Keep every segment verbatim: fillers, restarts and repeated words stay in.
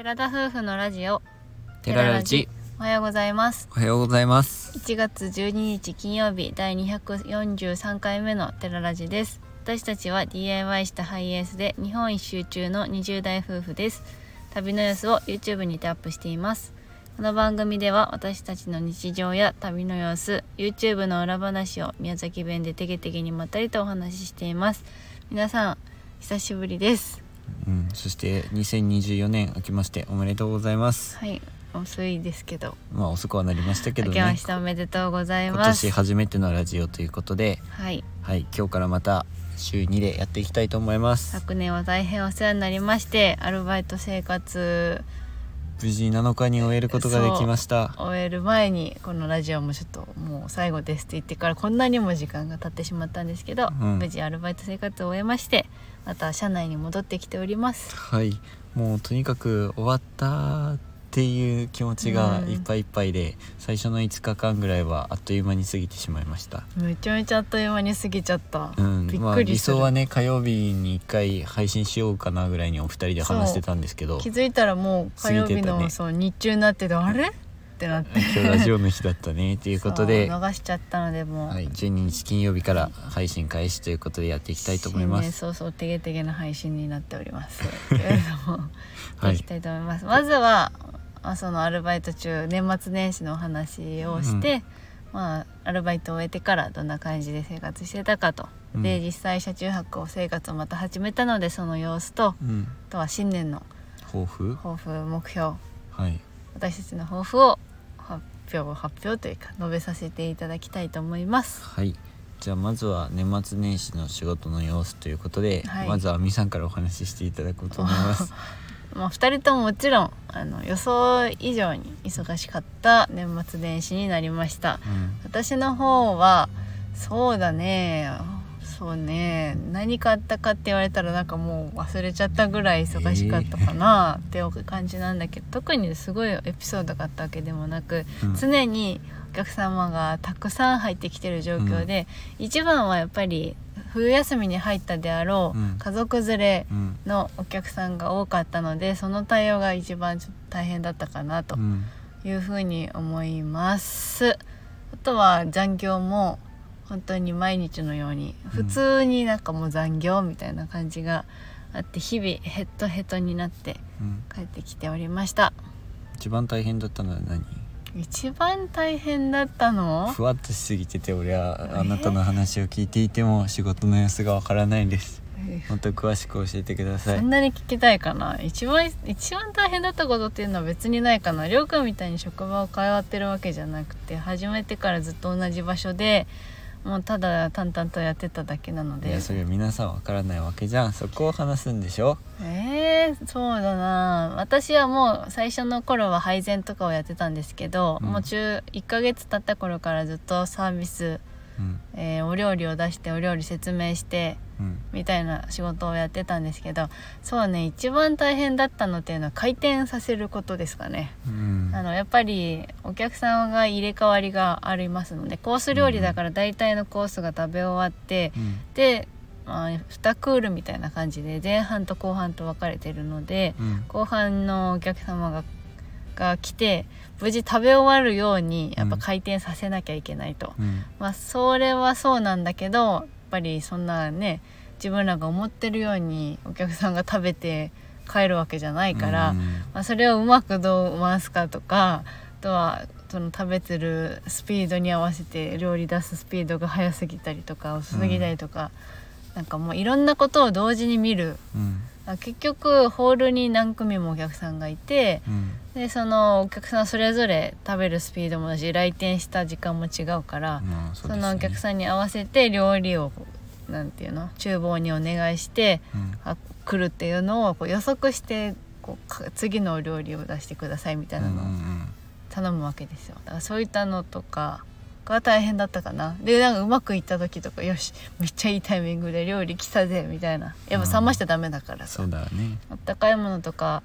寺田夫婦のラジオ寺ラジ。 おはようございます。 おはようございます。 いちがつじゅうににち金曜日だいにひゃくよんじゅうさんかいめの寺ラジです。私たちは ディーアイワイ したハイエースで日本一周中のにじゅうだい夫婦です。旅の様子を YouTube にてアップしています。この番組では私たちの日常や旅の様子、 YouTube の裏話を宮崎弁でてげてげにまったりとお話ししています。皆さん久しぶりです。 うん、そしてにせんにじゅうよねん明けましておめでとうございます。 はい、遅いですけど、 まあ遅くはなりましたけどね。 明けましておめでとうございます。 今年初めてのラジオということで、 はい、 はい、今日からまた週にでやっていきたいと思います。 昨年は大変お世話になりまして、アルバイト生活無事なのかに終えることができました。 終える前にこのラジオもちょっともう最後ですって言ってからこんなにも時間が経ってしまったんですけど、うん、無事アルバイト生活を終えまして、また社内に戻ってきております。 はい、もうとにかく終わったっていう気持ちがいっぱいいっぱいで、うん、最初のいつかかんぐらいはあっという間に過ぎてしまいました。 めちゃめちゃあっという間に過ぎちゃった、 うん、 びっくりする。 まあ、理想はね火曜日にいっかい配信しようかなぐらいにお二人で話してたんですけど、 気づいたらもう火曜日の、ね、そう日中になっててあれってなって今日ラジオの日だったねということで逃しちゃったのでもう、 はい、じゅうににち金曜日から配信開始ということでやっていきたいと思います。 新年早々てげてげな配信になっておりますけれどもやっていきたいと思います、はい、まずはそのアルバイト中年末年始のお話をして、うん、まあ、アルバイトを終えてからどんな感じで生活してたかと、うん、で実際車中泊生活をまた始めたのでその様子と、うん、あとは新年の抱負抱負目標、 はい、 私たちの抱負を発表発表というか述べさせていただきたいと思います。 はい、じゃあまずは年末年始の仕事の様子ということで、はい、まずはみさんからお話ししていただこうと思います。 まあ、ふたりとももちろんあの予想以上に忙しかった年末年始になりました、うん、私の方はそうだねそうね何かあったかって言われたらなんかもう忘れちゃったぐらい忙しかったかなっていう感じなんだけど、えー、特にすごいエピソードがあったわけでもなく、うん、常にお客様がたくさん入ってきてる状況で、うん、一番はやっぱり冬休みに入ったであろう、うん、家族連れのお客さんが多かったので、うん、その対応が一番ちょっと大変だったかなというふうに思います、うん、あとは残業も本当に毎日のように普通になんかもう残業みたいな感じがあって日々ヘッドヘッドになって帰ってきておりました、 うん、一番大変だったのは何？ 一番大変だったの？ ふわっとしすぎてて俺はあなたの話を聞いていても仕事の様子がわからないです。もっと詳しく教えてください。 そんなに聞きたいかな。一番一番大変だったことっていうのは別にないかな。りょうくんみたいに職場を通ってるわけじゃなくて、始めてからずっと同じ場所でもうただ淡々とやってただけなので。 いやそれは皆さんわからないわけじゃん。そこを話すんでしょ。 えー、そうだな。私はもう最初の頃は配膳とかをやってたんですけど、うん、もう中いっかげつ経った頃からずっとサービス、うんえー、お料理を出してお料理説明して、うん、みたいな仕事をやってたんですけど、そうね、一番大変だったのっていうのは回転させることですかね、うん、あのやっぱりお客さんが入れ替わりがありますので、コース料理だから大体のコースが食べ終わって、うん、で、まあ、にクールみたいな感じで前半と後半と分かれてるので、うん、後半のお客様がが来て無事食べ終わるようにやっぱ回転させなきゃいけないと、うんまあ、それはそうなんだけどやっぱりそんなね自分らが思ってるようにお客さんが食べて帰るわけじゃないから、うんまあ、それをうまくどう回すかとか、あとはその食べてるスピードに合わせて料理出すスピードが速すぎたりとか遅すぎたりとか、うん、なんかもういろんなことを同時に見る、うん結局ホールに何組もお客さんがいて、うん、でそのお客さんそれぞれ食べるスピードもだし来店した時間も違うから、まあ そ, ね、そのお客さんに合わせて料理をなんていうの厨房にお願いして、うん、あ来るっていうのをこう予測してこう次のお料理を出してくださいみたいなのを頼むわけですよ。だからそういったのとかが大変だったかな。でなんかうまくいった時とかよしめっちゃいいタイミングで料理来たぜみたいな、やっぱ冷ましちゃダメだからさ、 そうだね、 あったかいものとか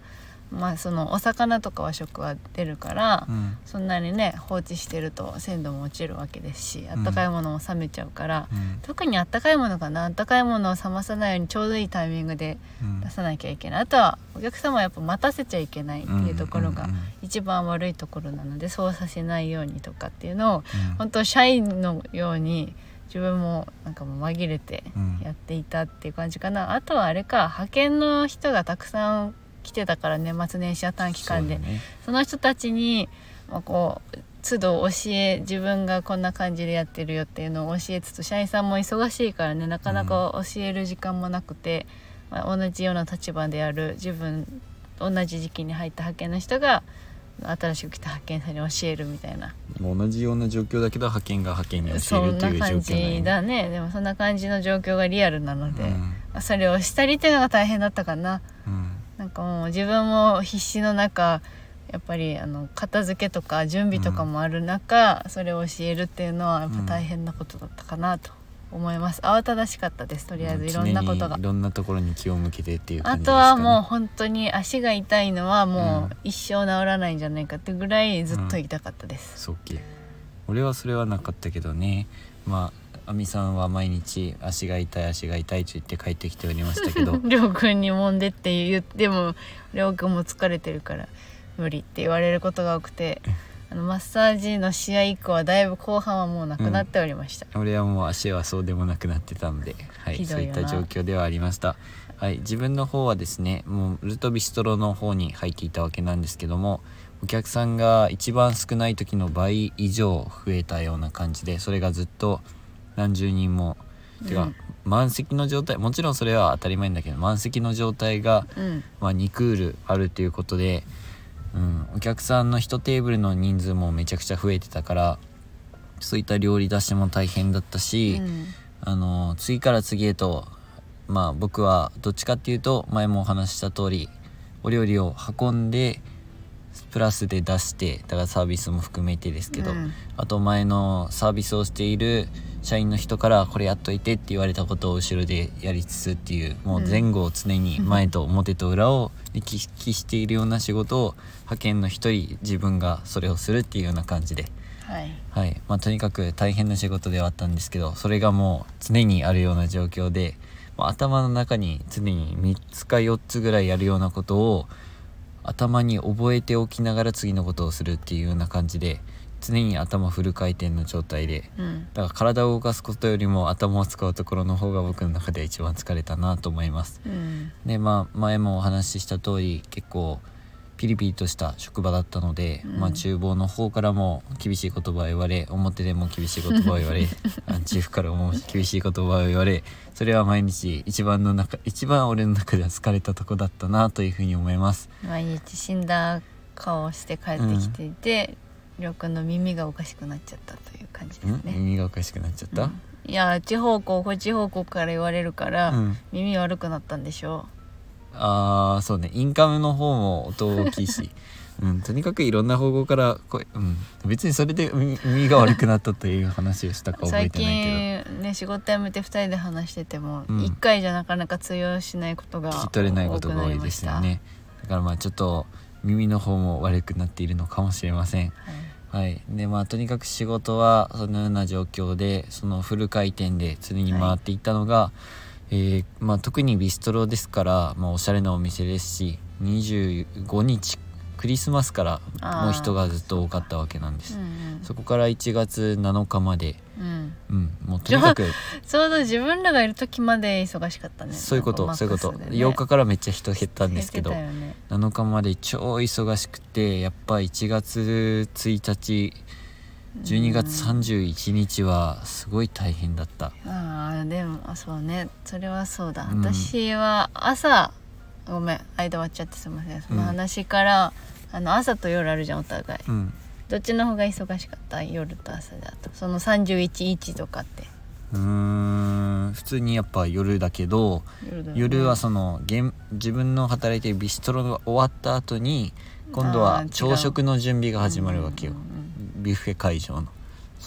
まあそのお魚とかは食は出るから、 うん、 そんなにね放置してると鮮度も落ちるわけですし、あったかいものも冷めちゃうから、 うん、 特にあったかいものかな、あったかいものを冷まさないようにちょうどいいタイミングで出さなきゃいけない、うん、あとはお客様はやっぱ待たせちゃいけないっていうところが一番悪いところなので、そうさせないようにとかっていうのを、うん、本当社員のように自分もなんかもう紛れてやっていたっていう感じかな、うん、あとはあれか、派遣の人がたくさん来てたから、年末年始は短期間で そ,、ね、その人たちに、まあ、こう都度教え、自分がこんな感じでやってるよっていうのを教えつつ、社員さんも忙しいからね、なかなか教える時間もなくて、うん、まあ、同じような立場である自分、同じ時期に入った派遣の人が新しく来た派遣さんに教えるみたいな、 もう同じような状況だけど派遣が派遣に教えるっていう状況、ね、 そんな感じだね。でもそんな感じの状況がリアルなので、うん、それをしたりっていうのが大変だったかな、うん、なんかもう自分も必死の中、やっぱりあの片付けとか準備とかもある中、うん、それを教えるっていうのはやっぱ大変なことだったかなと思います、うん、慌ただしかったです。とりあえずいろんなことが、 いろんなところに気を向けてっていう感じですかね。 あとはもう本当に足が痛いのはもう一生治らないんじゃないかってぐらいずっと痛かったです、 うん、そうけ、俺はそれはなかったけどね。まあ亜美さんは毎日足が痛い足が痛いと言って帰ってきておりましたけどりょうくんに揉んでって言ってもりょうくんも疲れてるから無理って言われることが多くて、あのマッサージの試合以降はだいぶ後半はもうなくなっておりました、 うん、俺はもう足はそうでもなくなってたので、はい、そういった状況ではありました。はい、自分の方はですね、もうルトビストロの方に入っていたわけなんですけども、お客さんが一番少ない時の倍以上増えたような感じで、それがずっと何十人も、うん、てか満席の状態、もちろんそれは当たり前んだけど、満席の状態が、うん、まあ、にクールあるということで、うん、お客さんの一テーブルの人数もめちゃくちゃ増えてたから、そういった料理出しも大変だったし、うん、あの次から次へと、まあ僕はどっちかっていうと前もお話しした通りお料理を運んでプラスで出して、だからサービスも含めてですけど、うん、あと前のサービスをしている社員の人からこれやっといてって言われたことを後ろでやりつつっていう、もう前後を常に前と表と裏を行き来しているような仕事を派遣の一人自分がそれをするっていうような感じで、はいはい、まあ、とにかく大変な仕事ではあったんですけど、それがもう常にあるような状況で、まあ、頭の中に常にみっつかよっつぐらいやるようなことを頭に覚えておきながら次のことをするっていうような感じで、常に頭フル回転の状態で、うん、だから体を動かすことよりも頭を使うところの方が僕の中では一番疲れたなと思います、うん、でまあ前もお話しした通り結構ピリピリとした職場だったので、うん、まあ厨房の方からも厳しい言葉を言われ、表でも厳しい言葉を言われチーフからも厳しい言葉を言われ、それは毎日一番の中一番俺の中では疲れたとこだったなというふうに思います。 毎日死んだ顔をして帰ってきていて、りょうくんの耳がおかしくなっちゃったという感じですね。 耳がおかしくなっちゃった、うん、 いやあっち方向こっち方向から言われるから、うん、耳悪くなったんでしょう。 あーそうね、インカムの方も音大きいしうん、とにかくいろんな方向から声、うん、別にそれで耳が悪くなったという話をしたか覚えてないけど、 最近ね仕事辞めてふたりで話してても、うん、いっかいじゃなかなか通用しないことが聞き取れないことが多いですよね。だからまあちょっと耳の方も悪くなっているのかもしれません。はい、はい、でまあとにかく仕事はそのような状況で、そのフル回転で常に回っていったのが、はい、えーまあ、特にビストロですから、まあ、おしゃれなお店ですし、にじゅうごにちクリスマスからもう人がずっと多かったわけなんです。 そ,、うんうん、そこからいちがつなのかまで、うんうん、もうとにかくちょうど自分らがいる時まで忙しかったね。 そういうこと、ね、そういうこと。ようかからめっちゃ人減ったんですけど、ね、なのかまで超忙しくて、やっぱいちがつついたちじゅうにがつさんじゅういちにちはすごい大変だった。 あでもそうね、それはそうだ、うん、私は朝ごめん間割っちゃってすみません、その話から、うん、あの朝と夜あるじゃんお互い、うん、どっちの方が忙しかった？夜と朝だと。そのさんじゅういちにちとかって。 うーん普通にやっぱ夜だけど、夜だね、夜はその自分の働いてるビストロが終わった後に今度は朝食の準備が始まるわけよ、ビュッフェ会場の。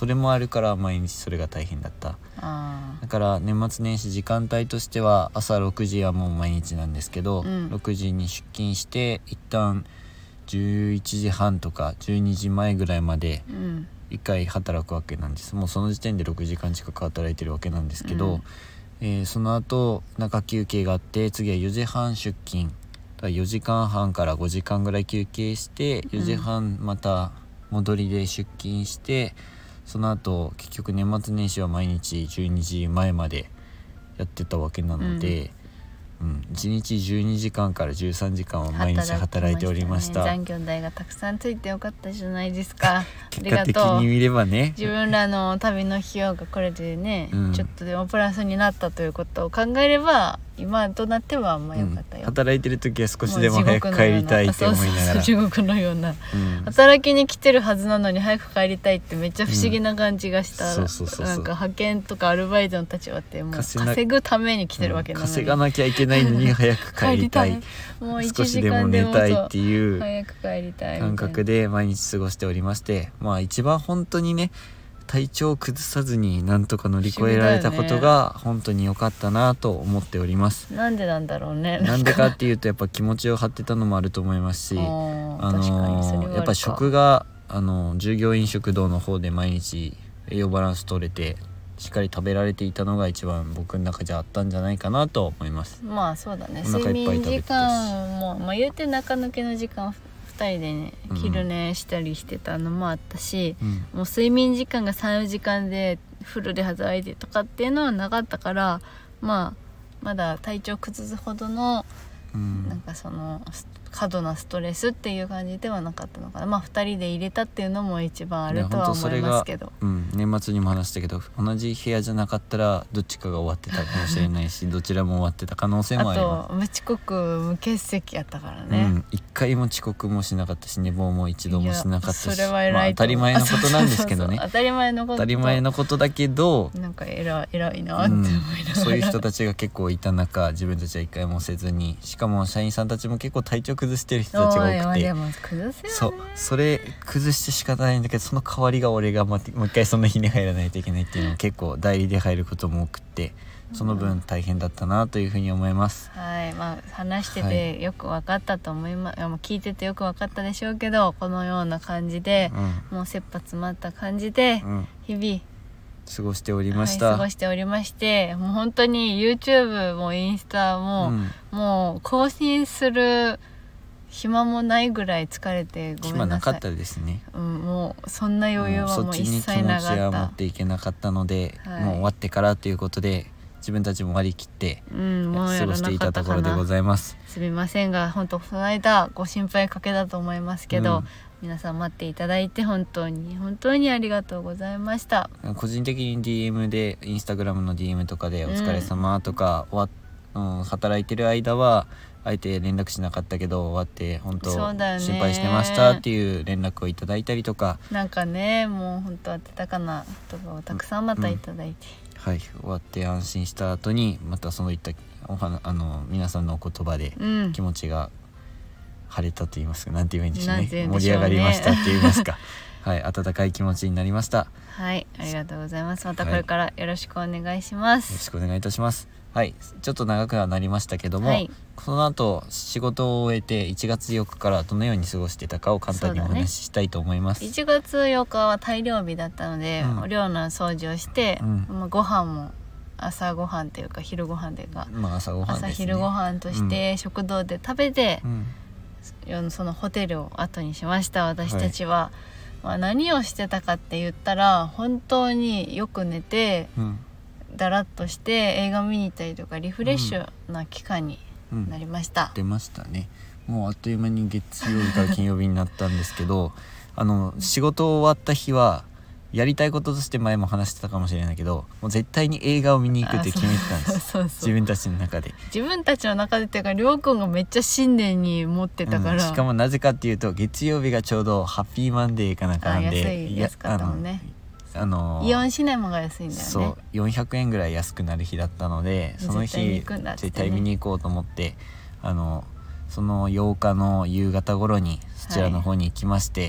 それもあるから毎日それが大変だった。 あだから年末年始時間帯としては朝ろくじはもう毎日なんですけど、 うん、 ろくじに出勤して一旦じゅういちじはんとかじゅうにじまえぐらいまでいっかい働くわけなんです。もうその時点でろくじかん近く働いてるわけなんですけど、うんえー、その後中休憩があって次はよじはん出勤だからよじかんはんからごじかんぐらい休憩してよじはんまた戻りで出勤して、うん、その後結局年末年始は毎日じゅうにじまえまでやってたわけなので、うんうん、いちにちじゅうにじかんからじゅうさんじかんは毎日働いておりました。 ね、残業代がたくさんついてよかったじゃないですか。 結果的に見ればね、 自分らの旅の費用がこれでね、うん、ちょっとでもプラスになったということを考えれば今となってはまあよかったよ、 うん、働いてる時は少しでも早く帰りたいって思いながら、 地獄のような、うん、働きに来てるはずなのに早く帰りたいってめっちゃ不思議な感じがした。なんか派遣とかアルバイトの立場ってもう稼ぐために来てるわけなのに、 うん、稼がなきゃいけないのに早く帰りたいもう少しでも寝たいっていう早く帰りたい感覚で毎日過ごしておりまして、まあ一番本当にね体調を崩さずになんとか乗り越えられたことが本当に良かったなと思っております。 なんでなんだろうね。 なんでかっていうとやっぱ気持ちを張ってたのもあると思いますし、あのやっぱ食があの従業員食堂の方で毎日栄養バランス取れてしっかり食べられていたのが一番僕の中じゃあったんじゃないかなと思います。 まあそうだね、睡眠時間も、まあ、言うて中抜けの時間ふたりでね昼寝したりしてたのもあったし、うん、もう睡眠時間がさんよじかんでフルで働いてとかっていうのはなかったから、まあまだ体調崩すほどの、うん、なんかその過度なストレスっていう感じではなかったのかな。まあふたりで入れたっていうのも一番あるとは思いますけど、 うん、年末にも話したけど同じ部屋じゃなかったらどっちかが終わってたかもしれないしどちらも終わってた可能性もあります。 あと無遅刻無欠席やったからね、うん、 一回も遅刻もしなかったし寝坊も一度もしなかったし、 それは偉いと、まあ、 当たり前のことなんですけどね。 当たり前のこと当たり前のことだけどなんか偉い、偉いなって思いながら、 うん、そういう人たちが結構いた中自分たちは一回もせずに、しかも社員さんたちも結構体調崩してる人たちが多くて、 でも崩すよね。 そうそれ崩して仕方ないんだけどその代わりが俺がもう一回その日に入らないといけないっていうのも結構代理で入ることも多くってその分大変だったなというふうに思います、 うん、はい、まあ話しててよく分かったと思います、はい、聞いててよく分かったでしょうけどこのような感じで、うん、もう切羽詰まった感じで、うん、日々 過ごしておりました、 はい、過ごしておりましてもう本当に YouTube もインスタも、うん、もう更新する暇もないぐらい疲れてごめんなさい。 暇なかったですね、 うん、もうそんな余裕はもう一切なかった。そっちに気持ちは持っていけなかったので、はい、もう終わってからということで自分たちも割り切って、うん、もう過ごしていたところでございます。 すみませんが本当その間ご心配かけたと思いますけど、うん、皆さん待っていただいて本当に本当にありがとうございました。 個人的に ディーエム でインスタグラムの ディーエム とかでお疲れ様とか、うんうん、働いてる間はあえて連絡しなかったけど終わって本当心配してましたっていう連絡をいただいたりとか、 なんかねもう本当温かな言葉をたくさんまたいただいて、 うん、はい、終わって安心した後にまたそのいったおはあの皆さんのお言葉で気持ちが晴れたと言いますか、うん、なんて言うんでしょうね、盛り上がりましたって言いますかはい、温かい気持ちになりました。 はい、ありがとうございます。またこれからよろしくお願いします、 はい、よろしくお願いいたします。はい、ちょっと長くはなりましたけども、はい、この後仕事を終えていちがつよっかからどのように過ごしてたかを簡単にお話ししたいと思います、 ね、いちがつよっかは大漁日だったので、うん、お寮の掃除をして、うんまあ、ご飯も朝ご飯というか昼ご飯というか、 まあ、朝ご飯ですね、 朝昼ご飯として食堂で食べて、うん、そのホテルを後にしました私たちは、はいまあ、何をしてたかって言ったら本当によく寝て、うんだらっとして映画見に行ったりとかリフレッシュな期間になりました、 うんうん、出ましたね。もうあっという間に月曜日から金曜日になったんですけどあの仕事終わった日はやりたいこととして前も話してたかもしれないけどもう絶対に映画を見に行くって決めてたんですそうそう自分たちの中で自分たちの中でっていうかりょうくんがめっちゃ信念に持ってたから、うん、 しかもなぜかっていうと月曜日がちょうどハッピーマンデーかなんかなんで安い安かったもんね。 あのイオンシネマが安いんだよね。 そうよんひゃくえんぐらい安くなる日だったのでその日絶対見に行こうと思ってあのそのようかの夕方頃にそちらの方に行きまして、はい、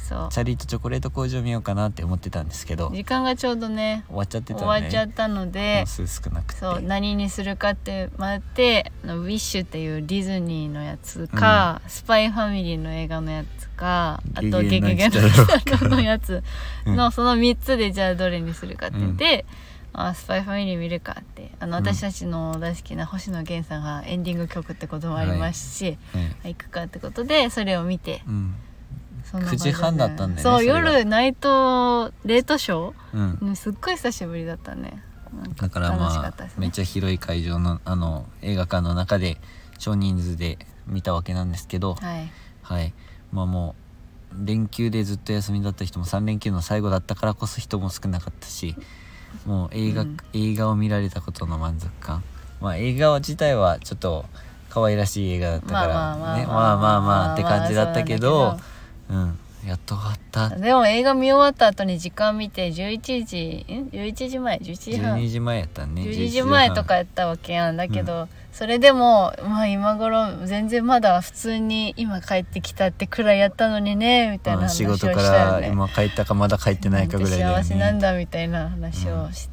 そうチャリとチョコレート工場見ようかなって思ってたんですけど、 時間がちょうどね終わっちゃってたんで、 終わっちゃったので、 本数少なくて、 そう何にするかって待ってウィッシュっていうディズニーのやつか、うん、スパイファミリーの映画のやつか、あとゲゲゲの鬼太郎のやつのそのみっつでじゃあどれにするかって言って、うん、あスパイファミリー見るかってあの、うん、私たちの大好きな星野源さんがエンディング曲ってこともありますし、はいはい、行くかってことでそれを見て、うん、そんな感じでくじはんだったんだよね。そう夜ナイトレートショー、うん、すっごい久しぶりだったね。なんかだからまあ、ね、めっちゃ広い会場のあの映画館の中で少人数で見たわけなんですけど、はい、はい、まあもう連休でずっと休みだった人もさん連休の最後だったからこそ人も少なかったし、もう映画、うん、映画を見られたことの満足感、まあ映画自体はちょっと可愛らしい映画だったからね、まあまあまあまあまあまあって感じだったけど、うん、やっと終わった。 でも映画見終わった後に時間見てじゅういちじんじゅういちじまえじゅういちじはんじゅうにじまえやったね。 じゅうにじまえとかやったわけやんだけど、うん、それでもまあ今頃全然まだ普通に今帰ってきたってくらいやったのにねみたいな話をしたよね。 仕事から今帰ったかまだ帰ってないかぐらいだよね。 幸せなんだみたいな話をした、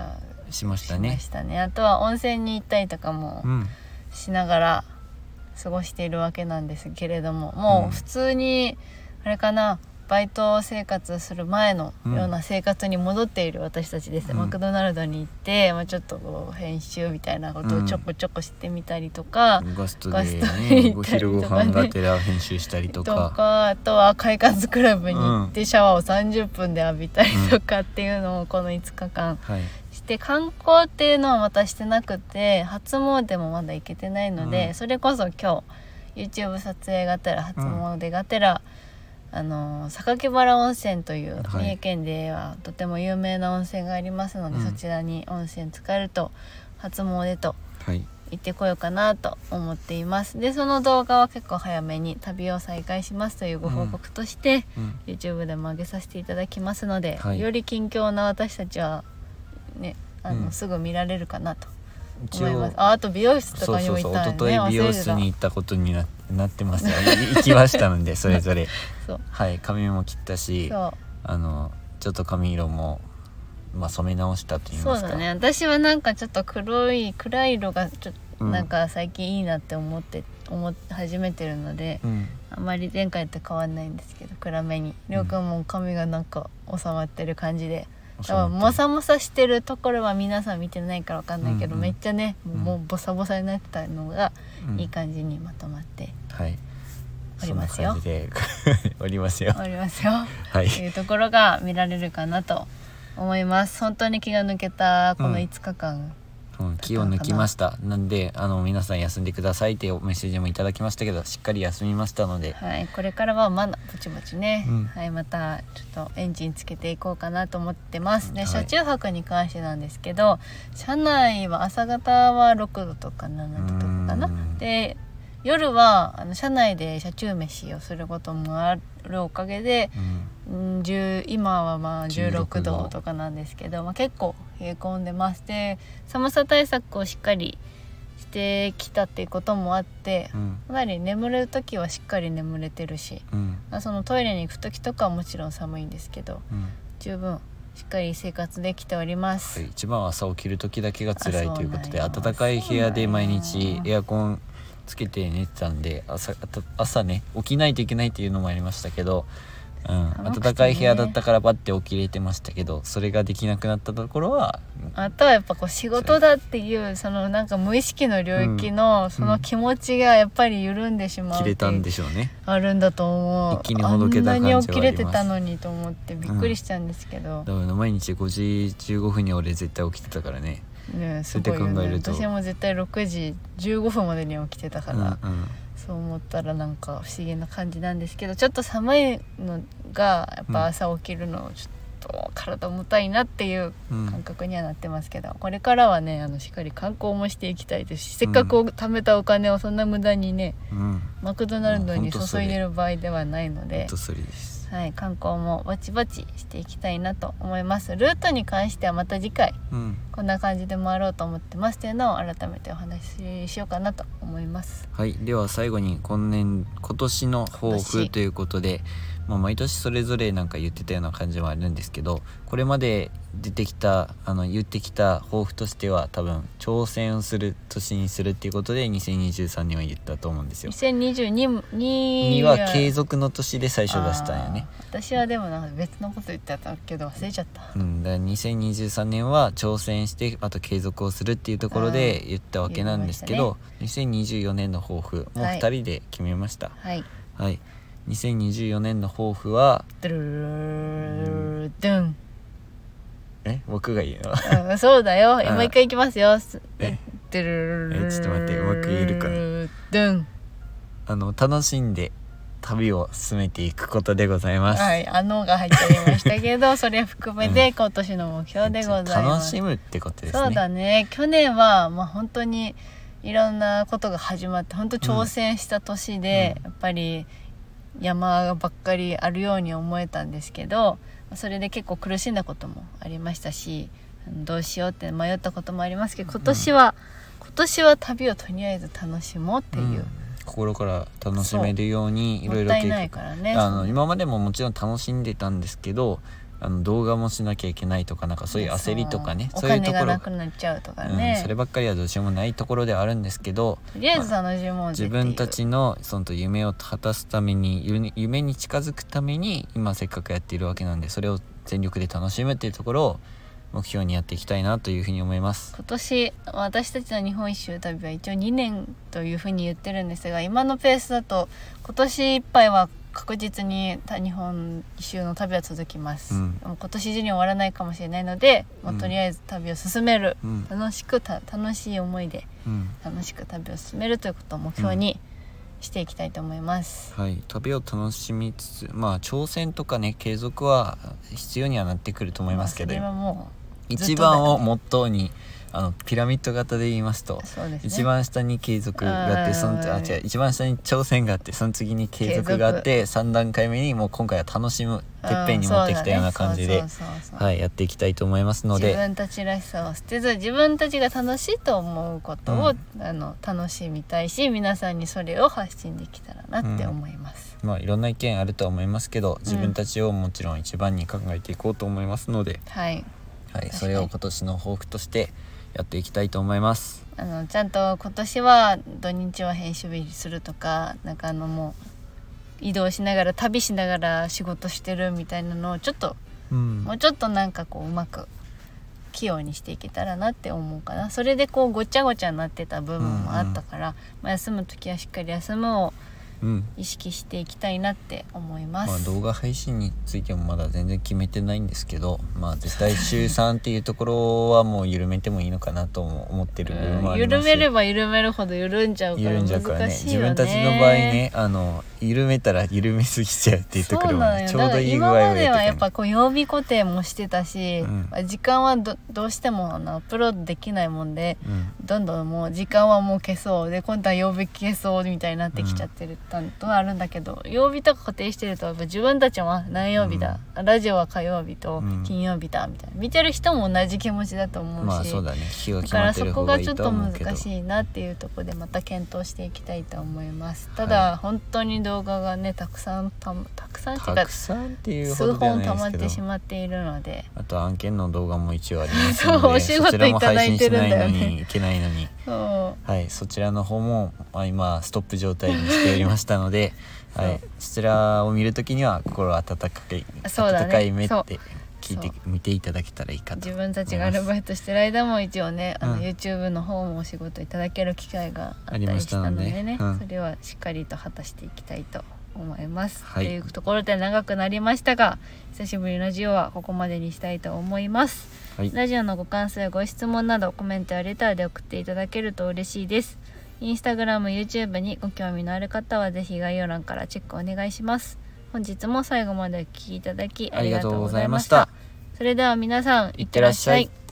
うん、しましたね。 しましたね。あとは温泉に行ったりとかもしながら過ごしているわけなんですけれども、もう普通にあれかな、バイト生活する前のような生活に戻っている私たちです、うん、マクドナルドに行って、まあ、ちょっとこう編集みたいなことをちょこちょこしてみたりとか、 うん、ガストで、ね、お昼ご飯がてら編集したりとかとか、あとは快活クラブに行ってシャワーをさんじゅっぷんで浴びたりとかっていうのをこのいつかかんして、うん、観光っていうのはまたしてなくて初詣もまだ行けてないので、うん、それこそ今日 YouTube 撮影がてら初詣がてら、うん、あの榊原温泉という三重県ではとても有名な温泉がありますので、はい、そちらに温泉浸かると初詣と行ってこようかなと思っています。でその動画は結構早めに旅を再開しますというご報告として、うん、YouTube でも上げさせていただきますので、はい、より近況な私たちはねあの、うん、すぐ見られるかなと思います。あ, あと美容室とかにも行ったんで、ね、 そうそうそう、一昨日美容室に行ったことに な, なってますよ行きましたのでそれぞれそう、はい、髪も切ったし、あのちょっと髪色も、まあ、染め直したと言いますか。 そうだね、私はなんかちょっと黒い暗い色がちょっとなんか最近いいなって思って思って始めてるので、うん、あまり前回と変わんないんですけど暗めに、りょうくんも髪がなんか収まってる感じで、だからモサモサしてるところは皆さん見てないから分かんないけど、うんうん、めっちゃね、うん、もうボサボサになってたのがいい感じにまとまって、うん、はい、おりますよ。 そんな感じでおりますよ。 おりますよ。はい。というところが見られるかなと思います。本当に気が抜けたこのいつかかん。うんうん、気を抜きました。なんであの皆さん休んでくださいっていうメッセージもいただきましたけど、しっかり休みましたので、 はい、これからはまだぼちぼちね、うん、はい、またちょっとエンジンつけていこうかなと思ってます。で、はい、車中泊に関してなんですけど、車内は朝方はろくどとかななどとかかな。で夜はあの車内で車中飯をすることもあるおかげで、うん、じゅう今はまあじゅうろくどとかなんですけど、まあ、結構冷え込んでます。で寒さ対策をしっかりしてきたっていうこともあって、うん、かなり眠る時はしっかり眠れてるし、うん、まあ、そのトイレに行く時とかはもちろん寒いんですけど、うん、十分しっかり生活できております、 はい、一番は朝起きる時だけが辛いということで、暖かい部屋で毎日エアコンつけて寝てたんで、 朝, 朝ね起きないといけないっていうのもありましたけど、うん、暖かい部屋だったからバッて起きれてましたけど、それができなくなったところは、 あとはやっぱこう仕事だっていうそのなんか無意識の領域のその気持ちがやっぱり緩んでしまう、 切れたんでしょうね、 あるんだと思う。 一気にほどけた感じはあります。 あんなに起きれてたのにと思ってびっくりしたんですけど、 うん、だから毎日ごじじゅうごふんに俺絶対起きてたからね。 ね、すごいよね。そうやって考えると私も絶対ろくじじゅうごふんまでに起きてたから、うんうん、そう思ったらなんか不思議な感じなんですけど、ちょっと寒いのがやっぱ朝起きるのちょっと体重たいなっていう感覚にはなってますけど、うん、これからはねあのしっかり観光もしていきたいですし、せっかく貯めたお金をそんな無駄にね、うん、マクドナルドに注いでる場合ではないので、 本当それです。 はい、観光もぼちぼちしていきたいなと思います。ルートに関してはまた次回、うん、こんな感じで回ろうと思ってますというのを改めてお話ししようかなと思います。 はい、では最後に今年今年の抱負ということで、 まあ、毎年それぞれなんか言ってたような感じはあるんですけど、これまで出てきたあの言ってきた抱負としては多分挑戦をする年にするっていうことでにせんにじゅうさんねんは言ったと思うんですよ。 にせんにじゅうにには継続の年で最初出したんよね。 私はでもなんか別のこと言ってたけど忘れちゃった。 うん、だからにせんにじゅうさんねんは挑戦してあと継続をするっていうところで言ったわけなんですけど、ね、にせんにじゅうよねんの抱負もうふたりで決めました。 はい、 はい、にせんにじゅうよねんの抱負はドゥルルルドゥン。 え僕が言うの、 うん、そうだよ。もう一回いきますよ。 えドゥルルルえちょっと待って、うまく言えるかな。 ドゥン。 あの楽しんで旅を進めていくことでございます。 はい、あのが入っちゃいましたけどそれ含めて今年の目標でございます。 楽しむってことですね。 そうだね。去年はまあ本当にいろんなことが始まって本当挑戦した年で、うん、やっぱり山ばっかりあるように思えたんですけど、それで結構苦しんだこともありましたし、どうしようって迷ったこともありますけど、今年は、うん、今年は旅をとりあえず楽しもうっていう、うん、 心から楽しめるようにいろいろもったいないからね。 あの今までももちろん楽しんでたんですけど、あの動画もしなきゃいけないとか、なんかそういう焦りとかね、そういうところお金がなくなっちゃうとかね、 うん、そればっかりはどうしようもないところではあるんですけど、 とりあえず楽しもうぜっていう、 自分たちのその夢を果たすために、夢に近づくために今せっかくやっているわけなんで、それを全力で楽しむっていうところを目標にやっていきたいなというふうに思います。 今年私たちの日本一周旅は一応にねんというふうに言ってるんですが、今のペースだと今年いっぱいは確実に日本一周の旅は続きます、うん、今年中に終わらないかもしれないので、うん、もうとりあえず旅を進める、うん、楽しくた楽しい思いで、うん、楽しく旅を進めるということを目標にしていきたいと思います、 はい、旅を楽しみつつ、まあ挑戦とかね継続は必要にはなってくると思いますけど、 まあ、それはもう一番をモットーにあのピラミッド型で言いますと、 そうですね、 一番下に継続があって、そのあ違う一番下に挑戦があって、その次に継続があって、さん段階目にもう今回は楽しむてっぺんに持ってきたような感じでやっていきたいと思いますので、 自分たちらしさを捨てず自分たちが楽しいと思うことを、うん、あの楽しみたいし、皆さんにそれを発信できたらなって思います、 うん、まあいろんな意見あるとは思いますけど、自分たちをもちろん一番に考えていこうと思いますので、 うん、はい、 はい、それを今年の抱負としてやっていきたいと思います。 あのちゃんと今年は土日は編集日するとか、なんかあのもう移動しながら旅しながら仕事してるみたいなのをちょっと、うん、もうちょっとなんかこううまく器用にしていけたらなって思うかな。それでこうごちゃごちゃになってた部分もあったから、うんうん、まあ、休む時はしっかり休むを意識していきたいなって思います、 まあ、動画配信についてもまだ全然決めてないんですけど、まあ絶対週さんっていうところはもう緩めてもいいのかなと思ってる部分もあります。 緩めれば緩めるほど緩んじゃうから難しいよね。緩んじゃうからね、 自分たちの場合ね、あの緩めたら緩めすぎちゃうっていうところも、ね、ちょうどいい具合を今まではやっぱこう曜日固定もしてたし、うん、時間は ど, どうしてもあのアップロードできないもんで、うん、どんどんもう時間はもう消そうで、今度は曜日消そうみたいになってきちゃってるとはあるんだけど、うん、曜日とか固定してるとやっぱ自分たちは何曜日だ、うん、ラジオは火曜日と金曜日だみたいな、見てる人も同じ気持ちだと思うし、 まあそうだね、日がだからそこがちょっと難しいなっていうところでまた検討していきたいと思います。ただ、はい、本当に動画がねたくさんたたくさんたくさんっていうほどではないですけど、数本溜まってしまっているので、 あと案件の動画も一応ありますのでそうお仕事いただいてるんだよね、 そちらも配信しないのにいけないのにはい、そちらの方も、まあ、今ストップ状態にしておりましたのではい、そちらを見るときには心温かい、温かい目って聞いて見ていただけたらいいかと。 自分たちがアルバイトしてる間も一応ね、あの、うん、YouTube の方もお仕事いただける機会があったりしたのでね、うん、それはしっかりと果たしていきたいと思います、はい、というところで長くなりましたが、久しぶりのラジオはここまでにしたいと思います、はい、ラジオのご感想やご質問などコメントやレターで送っていただけると嬉しいです。インスタグラム、YouTube にご興味のある方はぜひ概要欄からチェックお願いします。本日も最後までお聞きいただきありがとうございました。それでは皆さん、いってらっしゃい。